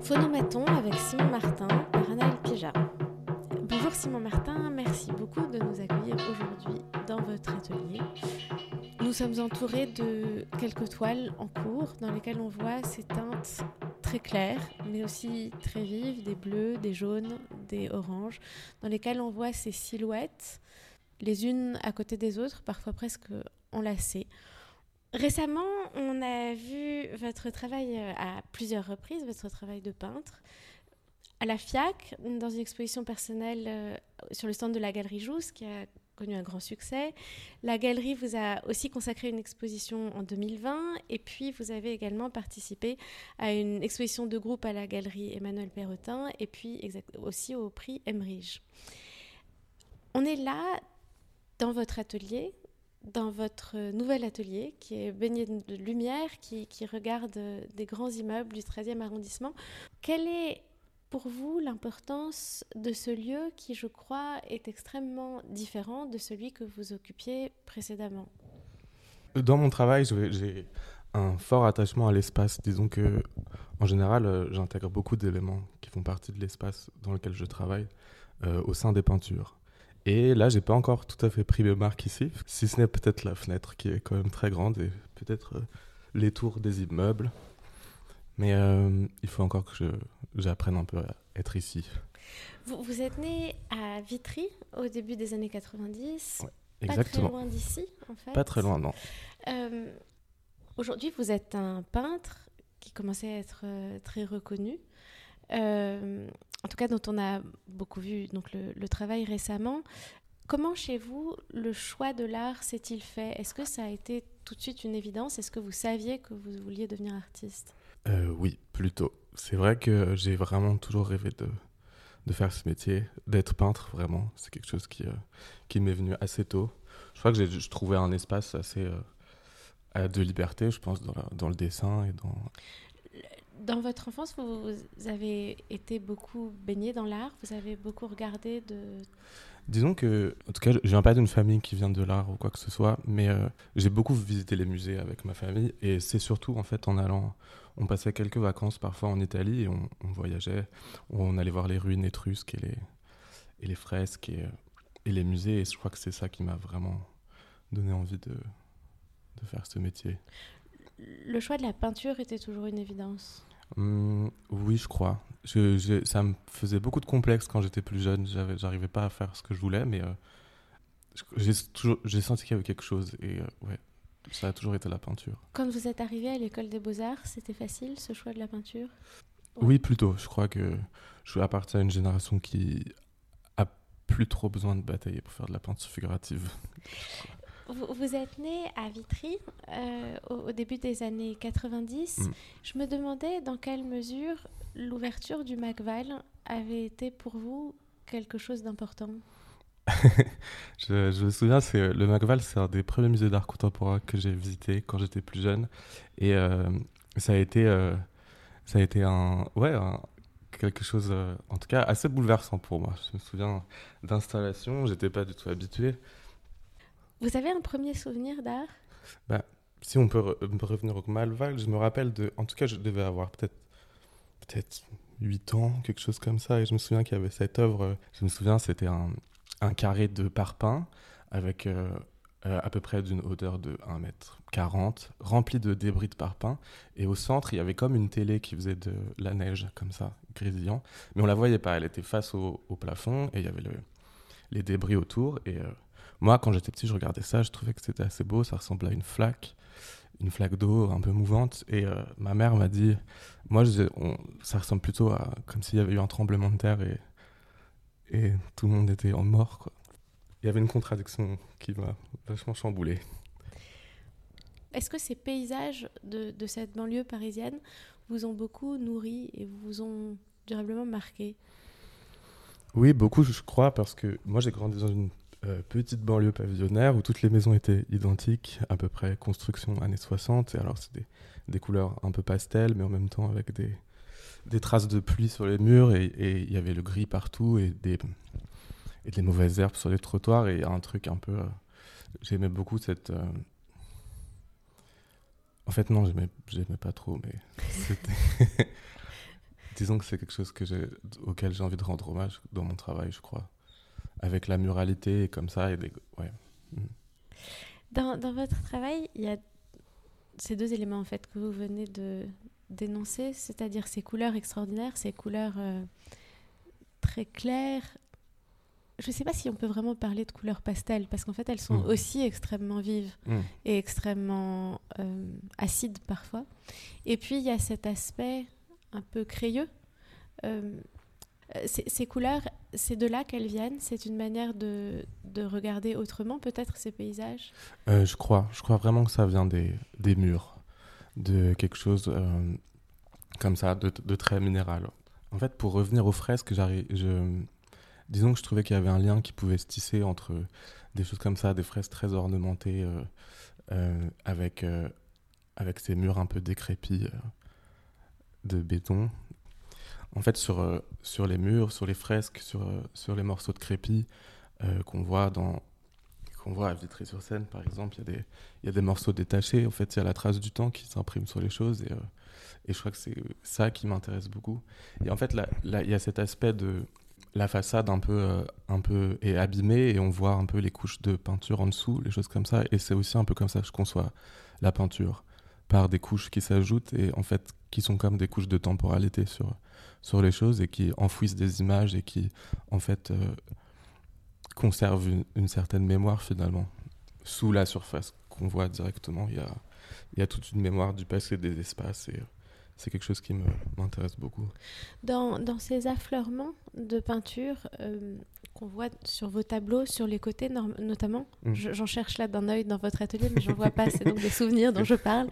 Phonomaton avec Simon Martin par Anaël Pija. Bonjour Simon Martin, merci beaucoup de nous accueillir aujourd'hui dans votre atelier. Nous sommes entourés de quelques toiles en cours dans lesquelles on voit ces teintes très claires, mais aussi très vives, des bleus, des jaunes, des oranges, dans lesquelles on voit ces silhouettes, les unes à côté des autres, parfois presque enlacées. Récemment, on a vu votre travail à plusieurs reprises, votre travail de peintre, à la FIAC, dans une exposition personnelle sur le stand de la Galerie Jousse, qui a connu un grand succès. La Galerie vous a aussi consacré une exposition en 2020, et puis vous avez également participé à une exposition de groupe à la Galerie Emmanuel Perrotin, et puis aussi au prix Emmerich. On est là, dans votre atelier, dans votre nouvel atelier qui est baigné de lumière, qui regarde des grands immeubles du 13e arrondissement. Quelle est pour vous l'importance de ce lieu qui, je crois, est extrêmement différent de celui que vous occupiez précédemment ? Dans mon travail, j'ai un fort attachement à l'espace. Disons que, en général, j'intègre beaucoup d'éléments qui font partie de l'espace dans lequel je travaille au sein des peintures. Et là, j'ai pas encore tout à fait pris mes marques ici, si ce n'est peut-être la fenêtre qui est quand même très grande et peut-être les tours des immeubles. Mais il faut encore que j'apprenne un peu à être ici. Vous êtes né à Vitry au début des années 90, ouais, exactement. Pas très loin d'ici en fait. Pas très loin, non. Aujourd'hui, vous êtes un peintre qui commençait à être très reconnu. En tout cas dont on a beaucoup vu donc le travail récemment. Comment chez vous le choix de l'art s'est-il fait ? Est-ce que ça a été tout de suite une évidence ? Est-ce que vous saviez que vous vouliez devenir artiste ? Oui, plutôt. C'est vrai que j'ai vraiment toujours rêvé de faire ce métier, d'être peintre vraiment. C'est quelque chose qui m'est venu assez tôt. Je crois que je trouvais un espace assez de liberté, je pense, dans le dessin et dans... Dans votre enfance, vous avez été beaucoup baigné dans l'art, vous avez beaucoup regardé de... Disons que, en tout cas, je viens pas d'une famille qui vient de l'art ou quoi que ce soit, mais j'ai beaucoup visité les musées avec ma famille, et c'est surtout, en fait, en allant... On passait quelques vacances parfois en Italie, et on voyageait, on allait voir les ruines étrusques et les fresques et les musées, et je crois que c'est ça qui m'a vraiment donné envie de faire ce métier. Le choix de la peinture était toujours une évidence ? Oui, je crois. Ça me faisait beaucoup de complexes quand j'étais plus jeune. J'arrivais pas à faire ce que je voulais, mais j'ai senti qu'il y avait quelque chose. Et ouais, ça a toujours été la peinture. Quand vous êtes arrivé à l'école des Beaux-Arts, c'était facile, ce choix de la peinture ? Ouais. Oui, plutôt. Je crois que je appartiens à une génération qui a plus trop besoin de batailler pour faire de la peinture figurative. Vous êtes né à Vitry au début des années 90. Je me demandais dans quelle mesure l'ouverture du McVal avait été pour vous quelque chose d'important. Je me souviens, le McVal, c'est un des premiers musées d'art contemporain que j'ai visité quand j'étais plus jeune. Et ça a été quelque chose, en tout cas, assez bouleversant pour moi. Je me souviens d'installation, j'étais pas du tout habitué. Vous avez un premier souvenir d'art ? Si on peut revenir au McVal, je me rappelle en tout cas, je devais avoir peut-être 8 ans, quelque chose comme ça, et je me souviens qu'il y avait cette œuvre, c'était un carré de parpaing avec à peu près d'une hauteur de 1m40, rempli de débris de parpaing, et au centre, il y avait comme une télé qui faisait de la neige, comme ça, grésillant, mais on la voyait pas, elle était face au plafond, et il y avait les débris autour, et... Moi, quand j'étais petit, je regardais ça, je trouvais que c'était assez beau, ça ressemblait à une flaque d'eau un peu mouvante. Et ma mère m'a dit, ça ressemble plutôt à comme s'il y avait eu un tremblement de terre et tout le monde était en mort, quoi. Il y avait une contradiction qui m'a vachement chamboulé. Est-ce que ces paysages de cette banlieue parisienne vous ont beaucoup nourri et vous ont durablement marqué ? Oui, beaucoup, je crois, parce que moi, j'ai grandi dans une petite banlieue pavillonnaire où toutes les maisons étaient identiques, à peu près construction années 60. Et alors, c'est des couleurs un peu pastel, mais en même temps avec des traces de pluie sur les murs. Et il y avait le gris partout et des mauvaises herbes sur les trottoirs. Et un truc un peu... j'aimais beaucoup cette... En fait, non, j'aimais pas trop, mais c'était... Disons que c'est quelque chose auquel j'ai envie de rendre hommage dans mon travail, je crois. Avec la muralité et comme ça. Ouais. Dans votre travail, il y a ces deux éléments en fait que vous venez de d'énoncer, c'est-à-dire ces couleurs extraordinaires, ces couleurs très claires. Je ne sais pas si on peut vraiment parler de couleurs pastel, parce qu'en fait, elles sont aussi extrêmement vives et extrêmement acides parfois. Et puis, il y a cet aspect un peu crayeux. Ces couleurs, c'est de là qu'elles viennent. C'est une manière de regarder autrement, peut-être, ces paysages. Je crois vraiment que ça vient des murs, de quelque chose comme ça, de très minéral. En fait, pour revenir aux fresques, disons que je trouvais qu'il y avait un lien qui pouvait se tisser entre des choses comme ça, des fresques très ornementées avec ces murs un peu décrépits de béton. En fait, sur les murs, sur les fresques, sur les morceaux de crépi qu'on voit à Vitry-sur-Seine, par exemple, il y a des morceaux détachés. En fait, il y a la trace du temps qui s'imprime sur les choses et je crois que c'est ça qui m'intéresse beaucoup. Et en fait, là, il y a cet aspect de la façade un peu est abîmée et on voit un peu les couches de peinture en dessous, les choses comme ça. Et c'est aussi un peu comme ça que je conçois la peinture, par des couches qui s'ajoutent et en fait qui sont comme des couches de temporalité sur les choses et qui enfouissent des images et qui en fait conservent une certaine mémoire finalement. Sous la surface qu'on voit directement, il y a toute une mémoire du passé des espaces et c'est quelque chose qui m'intéresse beaucoup. Dans ces affleurements de peinture qu'on voit sur vos tableaux, sur les côtés notamment, j'en cherche là d'un œil dans votre atelier, mais je n'en vois pas, c'est donc des souvenirs dont je parle.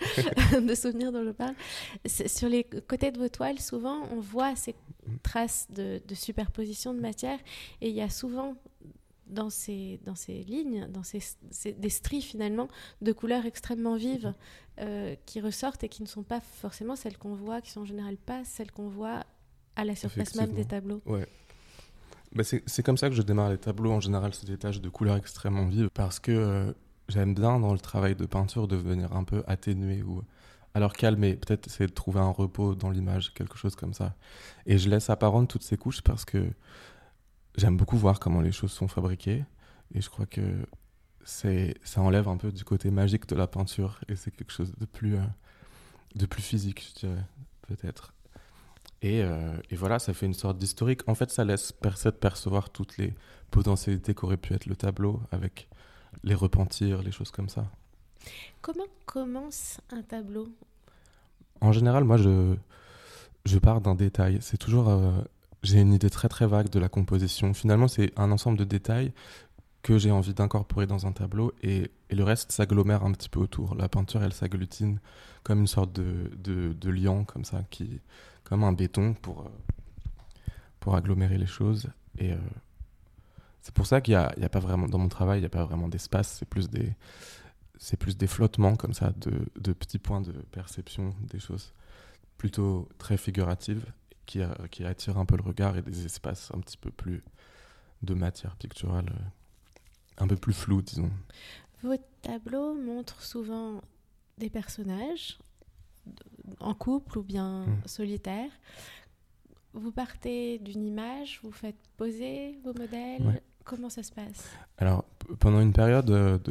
Sur les côtés de vos toiles, souvent, on voit ces traces de superposition de matière et il y a souvent dans ces lignes, des stries finalement de couleurs extrêmement vives qui ressortent et qui ne sont pas forcément celles qu'on voit, qui sont en général pas celles qu'on voit à la surface même des tableaux. Ouais. Bah c'est comme ça que je démarre les tableaux. En général, c'est des taches de couleurs extrêmement vives parce que j'aime bien dans le travail de peinture de venir un peu atténuer ou alors calmer, peut-être essayer de trouver un repos dans l'image, quelque chose comme ça. Et je laisse apparentes toutes ces couches parce que j'aime beaucoup voir comment les choses sont fabriquées et je crois que ça enlève un peu du côté magique de la peinture et c'est quelque chose de plus physique, je dirais, peut-être. Et voilà, ça fait une sorte d'historique. En fait, ça laisse percevoir toutes les potentialités qu'aurait pu être le tableau avec les repentirs, les choses comme ça. Comment commence un tableau ? En général, moi, je pars d'un détail. C'est toujours... j'ai une idée très très vague de la composition. Finalement, c'est un ensemble de détails que j'ai envie d'incorporer dans un tableau et le reste s'agglomère un petit peu autour. La peinture, elle s'agglutine comme une sorte de liant comme ça, comme un béton pour agglomérer les choses. Et c'est pour ça qu'il y a pas vraiment, dans mon travail, il n'y a pas vraiment d'espace, c'est plus des flottements comme ça, de petits points de perception des choses plutôt très figuratives qui attirent un peu le regard et des espaces un petit peu plus de matière picturale, un peu plus flou, disons. Vos tableaux montrent souvent des personnages en couple ou bien solitaires. Vous partez d'une image, vous faites poser vos modèles. Ouais. Comment ça se passe ? Alors, pendant une période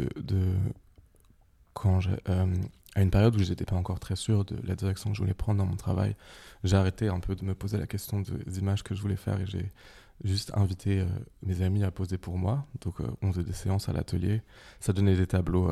à une période où je n'étais pas encore très sûr de la direction que je voulais prendre dans mon travail, j'ai arrêté un peu de me poser la question des images que je voulais faire et j'ai juste invité mes amis à poser pour moi. Donc on faisait des séances à l'atelier. Ça donnait des tableaux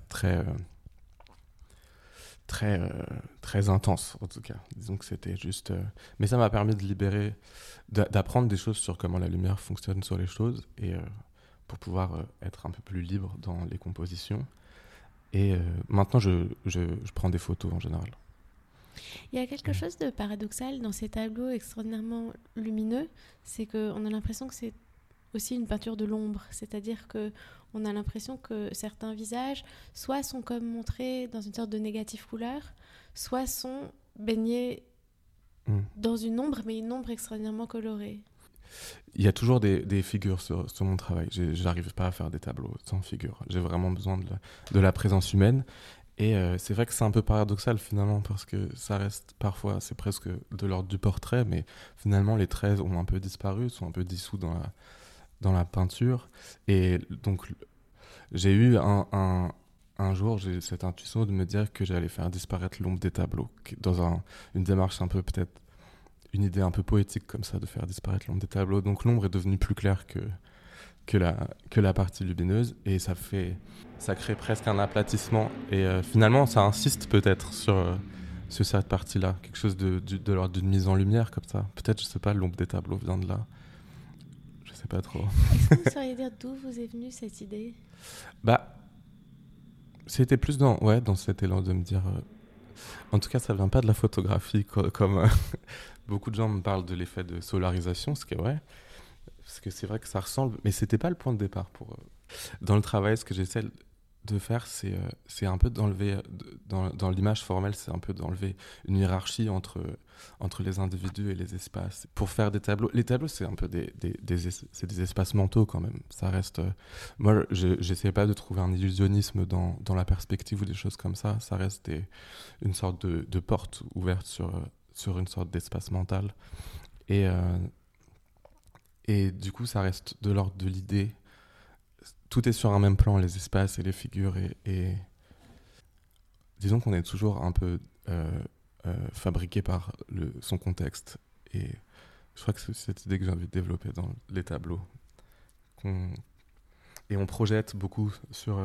très intenses, en tout cas. Disons que c'était juste... Mais ça m'a permis de libérer, d'apprendre des choses sur comment la lumière fonctionne sur les choses et pour pouvoir être un peu plus libre dans les compositions. Et maintenant, je prends des photos en général. Il y a quelque chose de paradoxal dans ces tableaux extraordinairement lumineux, c'est qu'on a l'impression que c'est aussi une peinture de l'ombre, c'est-à-dire qu'on a l'impression que certains visages soit sont comme montrés dans une sorte de négatif couleur, soit sont baignés dans une ombre, mais une ombre extraordinairement colorée. Il y a toujours des figures sur mon travail. Je n'arrive pas à faire des tableaux sans figures. J'ai vraiment besoin de la présence humaine. Et c'est vrai que c'est un peu paradoxal finalement parce que ça reste parfois, c'est presque de l'ordre du portrait, mais finalement les traits ont un peu disparu, sont un peu dissous dans la peinture. Et donc j'ai eu un jour, j'ai eu cette intuition de me dire que j'allais faire disparaître l'ombre des tableaux, dans une démarche un peu peut-être, une idée un peu poétique comme ça, de faire disparaître l'ombre des tableaux. Donc l'ombre est devenue plus claire que la partie lumineuse, et ça crée presque un aplatissement. Et finalement, ça insiste peut-être sur cette partie-là, quelque chose de l'ordre d'une mise en lumière comme ça. Peut-être, je sais pas, l'ombre des tableaux vient de là. Je sais pas trop. Est-ce que vous sauriez dire d'où vous est venue cette idée? Bah, c'était plus dans cet élan de me dire. En tout cas, ça vient pas de la photographie, comme beaucoup de gens me parlent de l'effet de solarisation, ce qui est vrai. Parce que c'est vrai que ça ressemble, mais c'était pas le point de départ pour. Dans le travail, ce que j'essaie de faire, c'est un peu d'enlever, dans l'image formelle, c'est un peu d'enlever une hiérarchie entre les individus et les espaces. Pour faire des tableaux, les tableaux, c'est un peu c'est des espaces mentaux quand même. Ça reste. Moi, j'essaie pas de trouver un illusionnisme dans la perspective ou des choses comme ça. Ça reste une sorte de porte ouverte sur une sorte d'espace mental. Et. Et du coup, ça reste de l'ordre de l'idée. Tout est sur un même plan, les espaces et les figures. Et disons qu'on est toujours un peu fabriqué par son contexte. Et je crois que c'est cette idée que j'ai envie de développer dans les tableaux. Et on projette beaucoup sur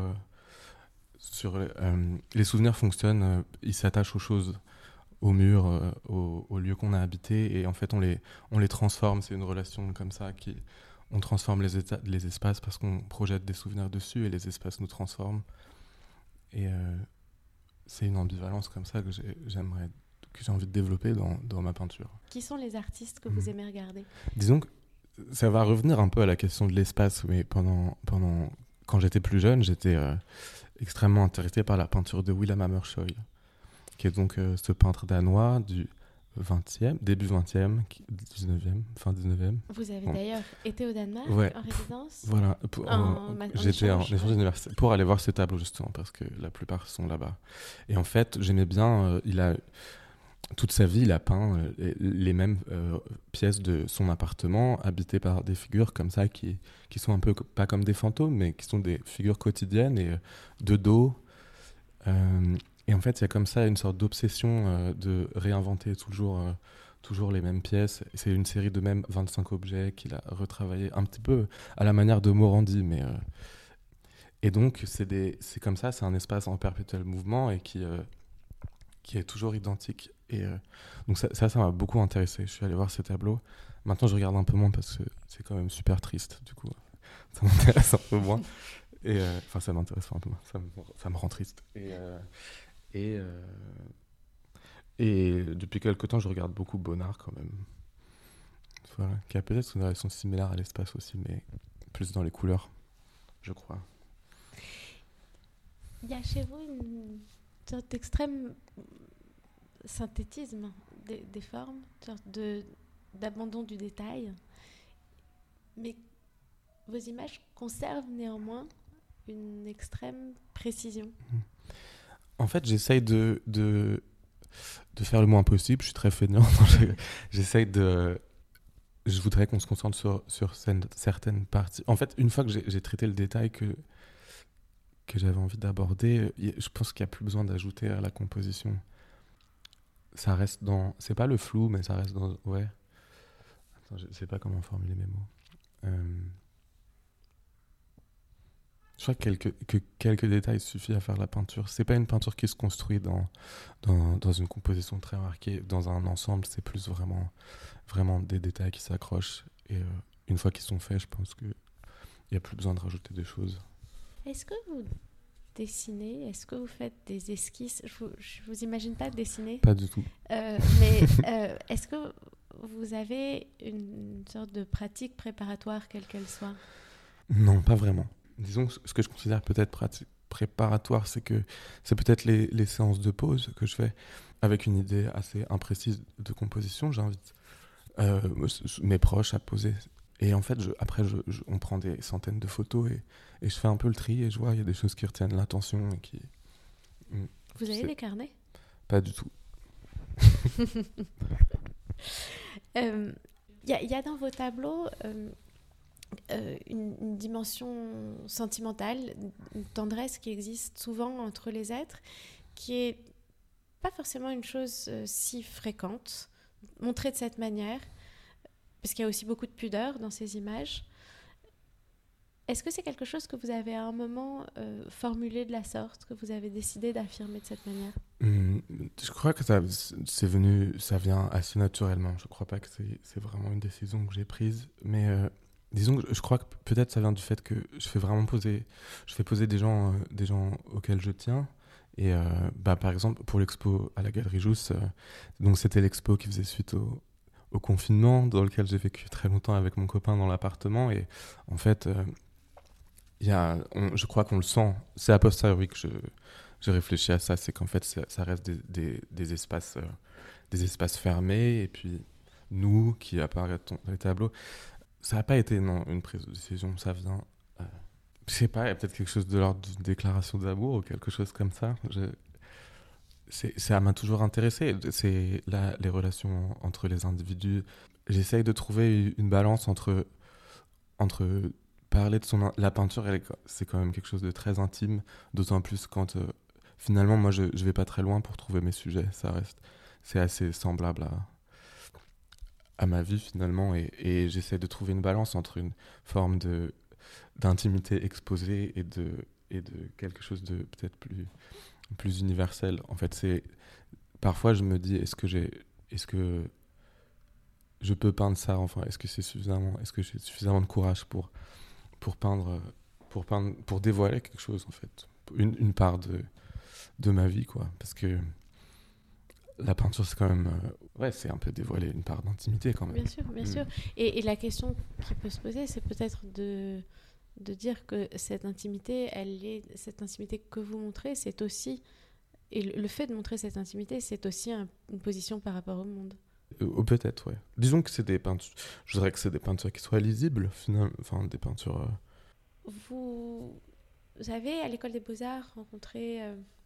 les souvenirs fonctionnent, ils s'attachent aux choses, aux murs, aux lieux qu'on a habités, et en fait on les transforme. C'est une relation comme ça on transforme les espaces parce qu'on projette des souvenirs dessus, et les espaces nous transforment. Et c'est une ambivalence comme ça que j'ai envie de développer dans ma peinture. Qui sont les artistes que vous aimez regarder? Disons que ça va revenir un peu à la question de l'espace, mais quand j'étais plus jeune, j'étais extrêmement intéressé par la peinture de Willem Hammershøi, qui est donc ce peintre danois du 20e, début 20e, 19e, fin 19e. Vous avez d'ailleurs été au Danemark, ouais, en résidence? Voilà, j'étais en échange universitaire pour aller voir ces tableaux justement, parce que la plupart sont là-bas. Et en fait, j'aimais bien, toute sa vie, il a peint les mêmes pièces de son appartement, habitées par des figures comme ça, qui sont un peu pas comme des fantômes, mais qui sont des figures quotidiennes et de dos. Et en fait, il y a comme ça une sorte d'obsession de réinventer toujours les mêmes pièces. Et c'est une série de même 25 objets qu'il a retravaillé un petit peu à la manière de Morandi. Et donc, c'est comme ça, c'est un espace en perpétuel mouvement et qui est toujours identique. Et donc ça m'a beaucoup intéressé. Je suis allé voir ces tableaux. Maintenant, je regarde un peu moins parce que c'est quand même super triste. Du coup, ça m'intéresse un peu moins. Et enfin, ça m'intéresse un peu moins. Ça me rend triste. Et depuis quelque temps, je regarde beaucoup Bonnard quand même. Voilà, qui a peut-être une relation similaire à l'espace aussi, mais plus dans les couleurs, je crois. Il y a chez vous une sorte d'extrême synthétisme des formes, une sorte d'abandon du détail. Mais vos images conservent néanmoins une extrême précision. En fait, j'essaye de faire le moins possible. Je suis très feignant. Je voudrais qu'on se concentre sur certaines parties. En fait, une fois que j'ai traité le détail que j'avais envie d'aborder, je pense qu'il n'y a plus besoin d'ajouter à la composition. Ça reste c'est pas le flou, mais ça reste dans... Ouais. Attends, je sais pas comment formuler mes mots. Je crois que quelques détails suffisent à faire la peinture. C'est pas une peinture qui se construit dans une composition très marquée. Dans un ensemble, c'est plus vraiment des détails qui s'accrochent. Et une fois qu'ils sont faits, je pense qu'il n'y a plus besoin de rajouter des choses. Est-ce que vous dessinez? Est-ce que vous faites des esquisses? Je vous imagine pas dessiner. Pas du tout. Mais est-ce que vous avez une sorte de pratique préparatoire, quelle qu'elle soit? Non, pas vraiment. Disons, ce que je considère peut-être pratique préparatoire, c'est peut-être les séances de pause que je fais avec une idée assez imprécise de composition. J'invite mes proches à poser. Et en fait, après, on prend des centaines de photos et je fais un peu le tri et je vois il y a des choses qui retiennent l'attention et Vous avez des carnets? Pas du tout. Il y a dans vos tableaux une dimension sentimentale, une tendresse qui existe souvent entre les êtres, qui est pas forcément une chose si fréquente, montrée de cette manière, parce qu'il y a aussi beaucoup de pudeur dans ces images. Est-ce que c'est quelque chose que vous avez à un moment formulé de la sorte, que vous avez décidé d'affirmer de cette manière? Je crois que ça vient assez naturellement. Je crois pas que c'est vraiment une décision que j'ai prise, mais disons que je crois que peut-être ça vient du fait que je fais poser des gens auxquels je tiens. Et par exemple, pour l'expo à la Galerie Jousse, donc c'était l'expo qui faisait suite au confinement, dans lequel j'ai vécu très longtemps avec mon copain dans l'appartement. Et en fait, je crois qu'on le sent. C'est a posteriori que j'ai réfléchi à ça. C'est qu'en fait, ça reste des espaces fermés. Et puis, nous qui apparaissons dans les tableaux, ça n'a pas été une prise de décision. Ça vient... je sais pas, il y a peut-être quelque chose de l'ordre d'une déclaration d'amour ou quelque chose comme ça. Ça m'a toujours intéressé. C'est les relations entre les individus. J'essaye de trouver une balance entre parler de la peinture, c'est quand même quelque chose de très intime, d'autant plus quand finalement moi je vais pas très loin pour trouver mes sujets. C'est assez semblable à ma vie finalement, et j'essaie de trouver une balance entre une forme d'intimité exposée et de quelque chose de peut-être plus universel. En fait, parfois je me dis est-ce que je peux peindre ça, enfin est-ce que j'ai suffisamment de courage pour peindre, pour dévoiler quelque chose, en fait, une part de ma vie, quoi, parce que la peinture, c'est quand même c'est un peu dévoiler une part d'intimité quand même. Bien sûr. Et la question qui peut se poser, c'est peut-être de dire que cette intimité que vous montrez, c'est aussi, et le fait de montrer cette intimité, c'est aussi une position par rapport au monde. Peut-être, ouais. Disons que c'est des peintures, je voudrais que c'est des peintures qui soient lisibles, finalement, enfin des peintures... Vous avez, à l'École des Beaux-Arts, rencontré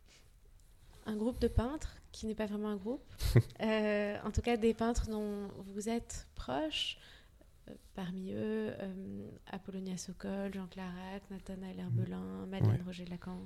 un groupe de peintres, qui n'est pas vraiment un groupe, en tout cas des peintres dont vous êtes proches, parmi eux Apollonia Sokol, Jean Clarac, Nathanaël Herbelin, Madeleine Roger-Lacan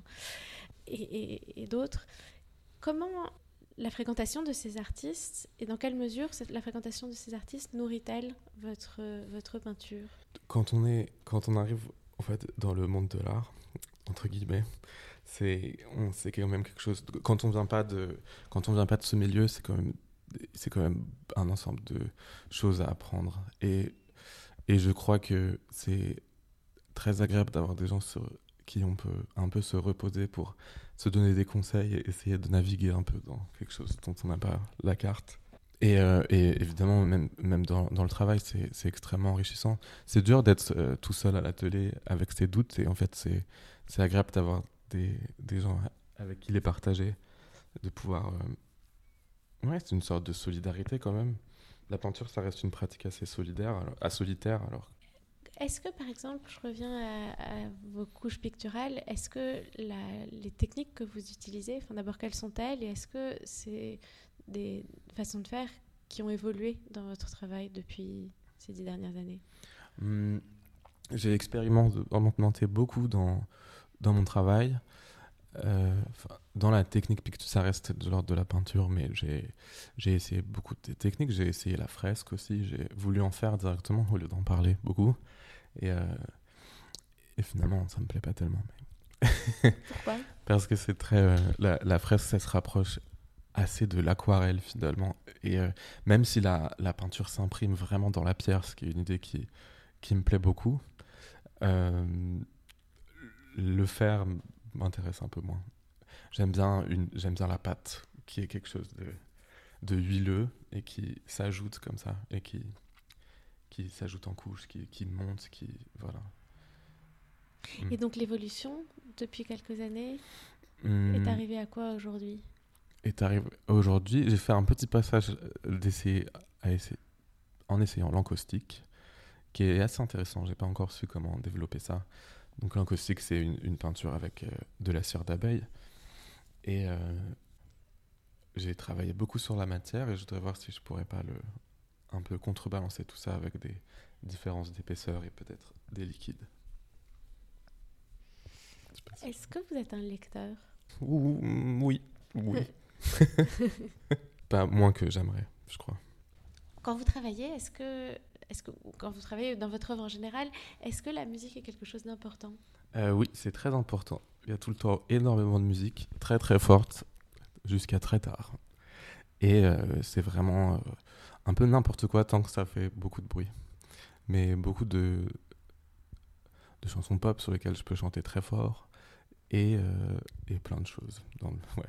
et d'autres. Comment la fréquentation de ces artistes, et dans quelle mesure la fréquentation de ces artistes nourrit-elle votre peinture? Quand on arrive en fait dans le monde de l'art, entre guillemets, c'est quand même quelque chose. Quand on vient pas de ce milieu, c'est quand même un ensemble de choses à apprendre. Et je crois que c'est très agréable d'avoir des gens sur qui on peut un peu se reposer pour se donner des conseils et essayer de naviguer un peu dans quelque chose dont on n'a pas la carte. Et évidemment, même dans le travail, c'est extrêmement enrichissant. C'est dur d'être tout seul à l'atelier avec ses doutes, et en fait, c'est agréable d'avoir des gens avec qui les partager, de pouvoir... c'est une sorte de solidarité quand même. La peinture, ça reste une pratique assez solitaire. Alors. Est-ce que, par exemple, je reviens à vos couches picturales, est-ce que les techniques que vous utilisez, d'abord, quelles sont-elles, et est-ce que c'est des façons de faire qui ont évolué dans votre travail depuis ces 10 dernières années? J'ai expérimenté beaucoup dans mon travail. Dans la technique picture, ça reste de l'ordre de la peinture, mais j'ai essayé beaucoup de techniques. J'ai essayé la fresque aussi. J'ai voulu en faire directement au lieu d'en parler beaucoup. Et finalement, ça me plaît pas tellement. Mais... Pourquoi? Parce que c'est très... la fresque, ça se rapproche assez de l'aquarelle finalement. Et même si la peinture s'imprime vraiment dans la pierre, ce qui est une idée qui me plaît beaucoup, le faire m'intéresse un peu moins. J'aime bien la pâte, qui est quelque chose de huileux et qui s'ajoute comme ça, et qui s'ajoute en couches, qui monte, voilà. Et donc l'évolution, depuis quelques années, est arrivée à quoi aujourd'hui? Aujourd'hui, j'ai fait un petit passage en essayant l'encaustique, qui est assez intéressant. J'ai pas encore su comment développer ça. Donc l'encaustique, c'est une peinture avec de la cire d'abeille. Et j'ai travaillé beaucoup sur la matière et je voudrais voir si je pourrais pas un peu contrebalancer tout ça avec des différences d'épaisseur et peut-être des liquides. Est-ce que vous êtes un lecteur? Oui. Pas moins que j'aimerais, je crois. Quand vous travaillez, est-ce que quand vous travaillez dans votre œuvre en général, est-ce que la musique est quelque chose d'important? Oui, c'est très important. Il y a tout le temps énormément de musique, très très forte, jusqu'à très tard. Et c'est vraiment un peu n'importe quoi tant que ça fait beaucoup de bruit. Mais beaucoup de chansons pop sur lesquelles je peux chanter très fort et plein de choses. Ouais.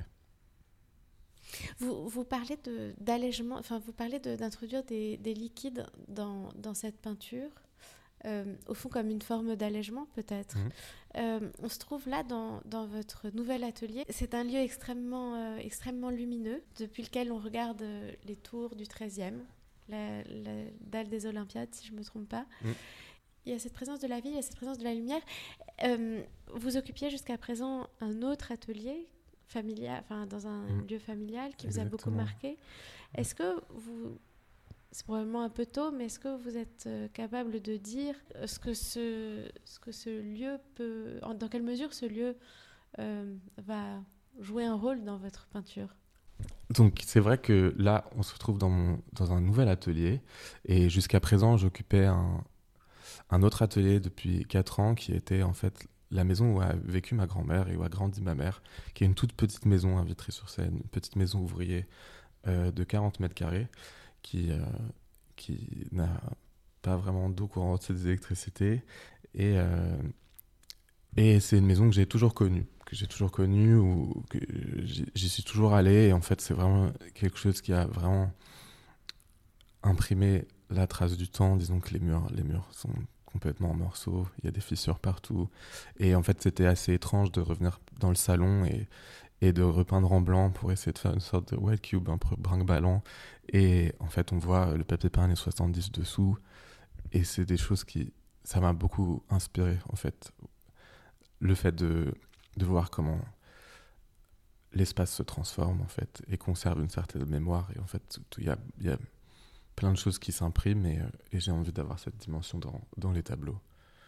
Vous parlez d'allègement, enfin vous parlez d'introduire des liquides dans cette peinture, au fond comme une forme d'allègement peut-être. On se trouve là dans votre nouvel atelier. C'est un lieu extrêmement lumineux, depuis lequel on regarde les tours du 13e, la dalle des Olympiades si je ne me trompe pas. Il y a cette présence de la vie, il y a cette présence de la lumière. Vous occupiez jusqu'à présent un autre atelier familial, enfin dans un lieu familial qui vous a beaucoup marqué. Est-ce que c'est probablement un peu tôt, mais est-ce que vous êtes capable de dire ce que ce lieu peut, dans quelle mesure ce lieu va jouer un rôle dans votre peinture? Donc c'est vrai que là, on se retrouve dans un nouvel atelier et jusqu'à présent, j'occupais un autre atelier depuis 4 ans qui était en fait la maison où a vécu ma grand-mère et où a grandi ma mère, qui est une toute petite maison à Vitry-sur-Seine, une petite maison ouvrier de 40 mètres carrés qui n'a pas vraiment d'eau courante, c'est des électricités. Et c'est une maison que j'ai toujours connue, ou que j'y suis toujours allé. Et en fait, c'est vraiment quelque chose qui a vraiment imprimé la trace du temps. Disons que les murs sont complètement en morceaux, il y a des fissures partout. Et en fait, c'était assez étrange de revenir dans le salon et de repeindre en blanc pour essayer de faire une sorte de white cube un peu brinque-ballant. Et en fait, on voit le papier peint années 70 dessous. Et c'est des choses ça m'a beaucoup inspiré, en fait. Le fait de voir comment l'espace se transforme, en fait, et conserve une certaine mémoire. Et en fait, il y a plein de choses qui s'impriment et j'ai envie d'avoir cette dimension dans les tableaux.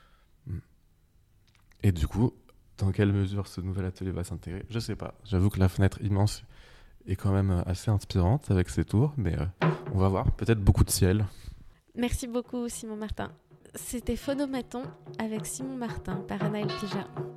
Et du coup, dans quelle mesure ce nouvel atelier va s'intégrer, je sais pas. J'avoue que la fenêtre immense est quand même assez inspirante avec ses tours, mais on va voir. Peut-être beaucoup de ciel. Merci beaucoup, Simon Martin. C'était Phonomaton avec Simon Martin par Anaëlle Pijat.